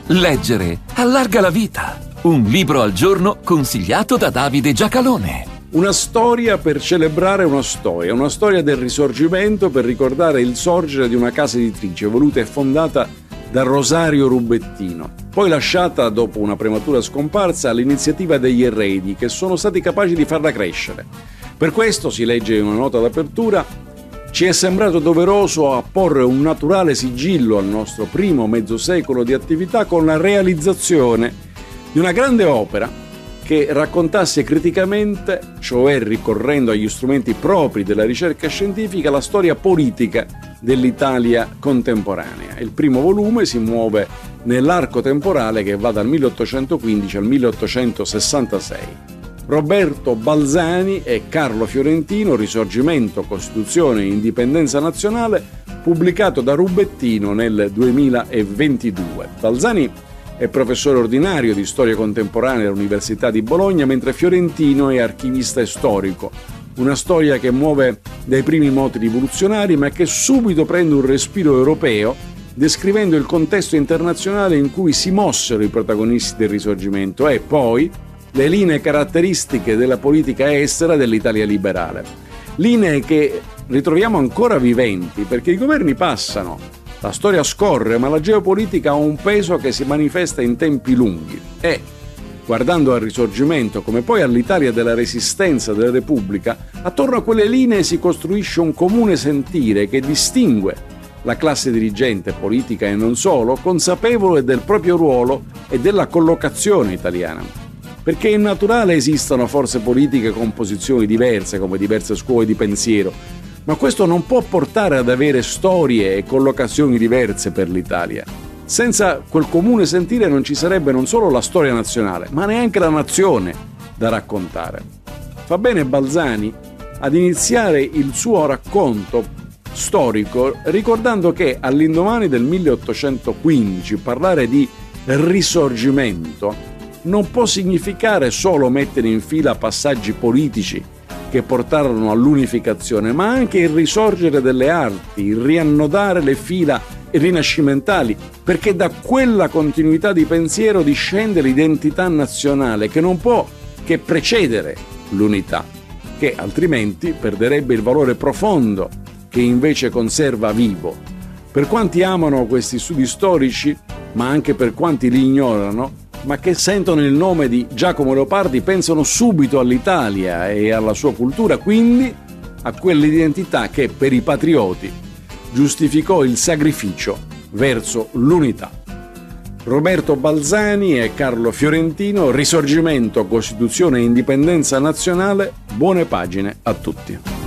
Leggere allarga la vita. Un libro al giorno consigliato da Davide Giacalone. Una storia per celebrare una storia del Risorgimento, per ricordare il sorgere di una casa editrice voluta e fondata da Rosario Rubettino, poi lasciata dopo una prematura scomparsa all'iniziativa degli eredi che sono stati capaci di farla crescere. Per questo, si legge in una nota d'apertura, ci è sembrato doveroso apporre un naturale sigillo al nostro primo mezzo secolo di attività con la realizzazione di una grande opera che raccontasse criticamente, cioè ricorrendo agli strumenti propri della ricerca scientifica, la storia politica dell'Italia contemporanea. Il primo volume si muove nell'arco temporale che va dal 1815 al 1866. Roberto Balzani e Carlo Fiorentino, Risorgimento, Costituzione e Indipendenza Nazionale, pubblicato da Rubettino nel 2022. Balzani è professore ordinario di storia contemporanea all'Università di Bologna, mentre Fiorentino è archivista e storico. Una storia che muove dai primi moti rivoluzionari, ma che subito prende un respiro europeo, descrivendo il contesto internazionale in cui si mossero i protagonisti del Risorgimento e poi le linee caratteristiche della politica estera dell'Italia liberale. Linee che ritroviamo ancora viventi, perché i governi passano, la storia scorre, ma la geopolitica ha un peso che si manifesta in tempi lunghi e, guardando al Risorgimento come poi all'Italia della Resistenza della Repubblica, attorno a quelle linee si costruisce un comune sentire che distingue la classe dirigente, politica e non solo, consapevole del proprio ruolo e della collocazione italiana. Perché è naturale esistano forze politiche con posizioni diverse, come diverse scuole di pensiero, ma questo non può portare ad avere storie e collocazioni diverse per l'Italia. Senza quel comune sentire non ci sarebbe non solo la storia nazionale, ma neanche la nazione da raccontare. Fa bene Balzani ad iniziare il suo racconto storico ricordando che all'indomani del 1815 parlare di Risorgimento non può significare solo mettere in fila passaggi politici che portarono all'unificazione, ma anche il risorgere delle arti, il riannodare le fila rinascimentali, perché da quella continuità di pensiero discende l'identità nazionale che non può che precedere l'unità, che altrimenti perderebbe il valore profondo che invece conserva vivo. Per quanti amano questi studi storici, ma anche per quanti li ignorano, ma che sentono il nome di Giacomo Leopardi, pensano subito all'Italia e alla sua cultura, quindi a quell'identità che per i patrioti giustificò il sacrificio verso l'unità. Roberto Balzani e Carlo Fiorentino, Risorgimento, Costituzione e Indipendenza Nazionale, buone pagine a tutti.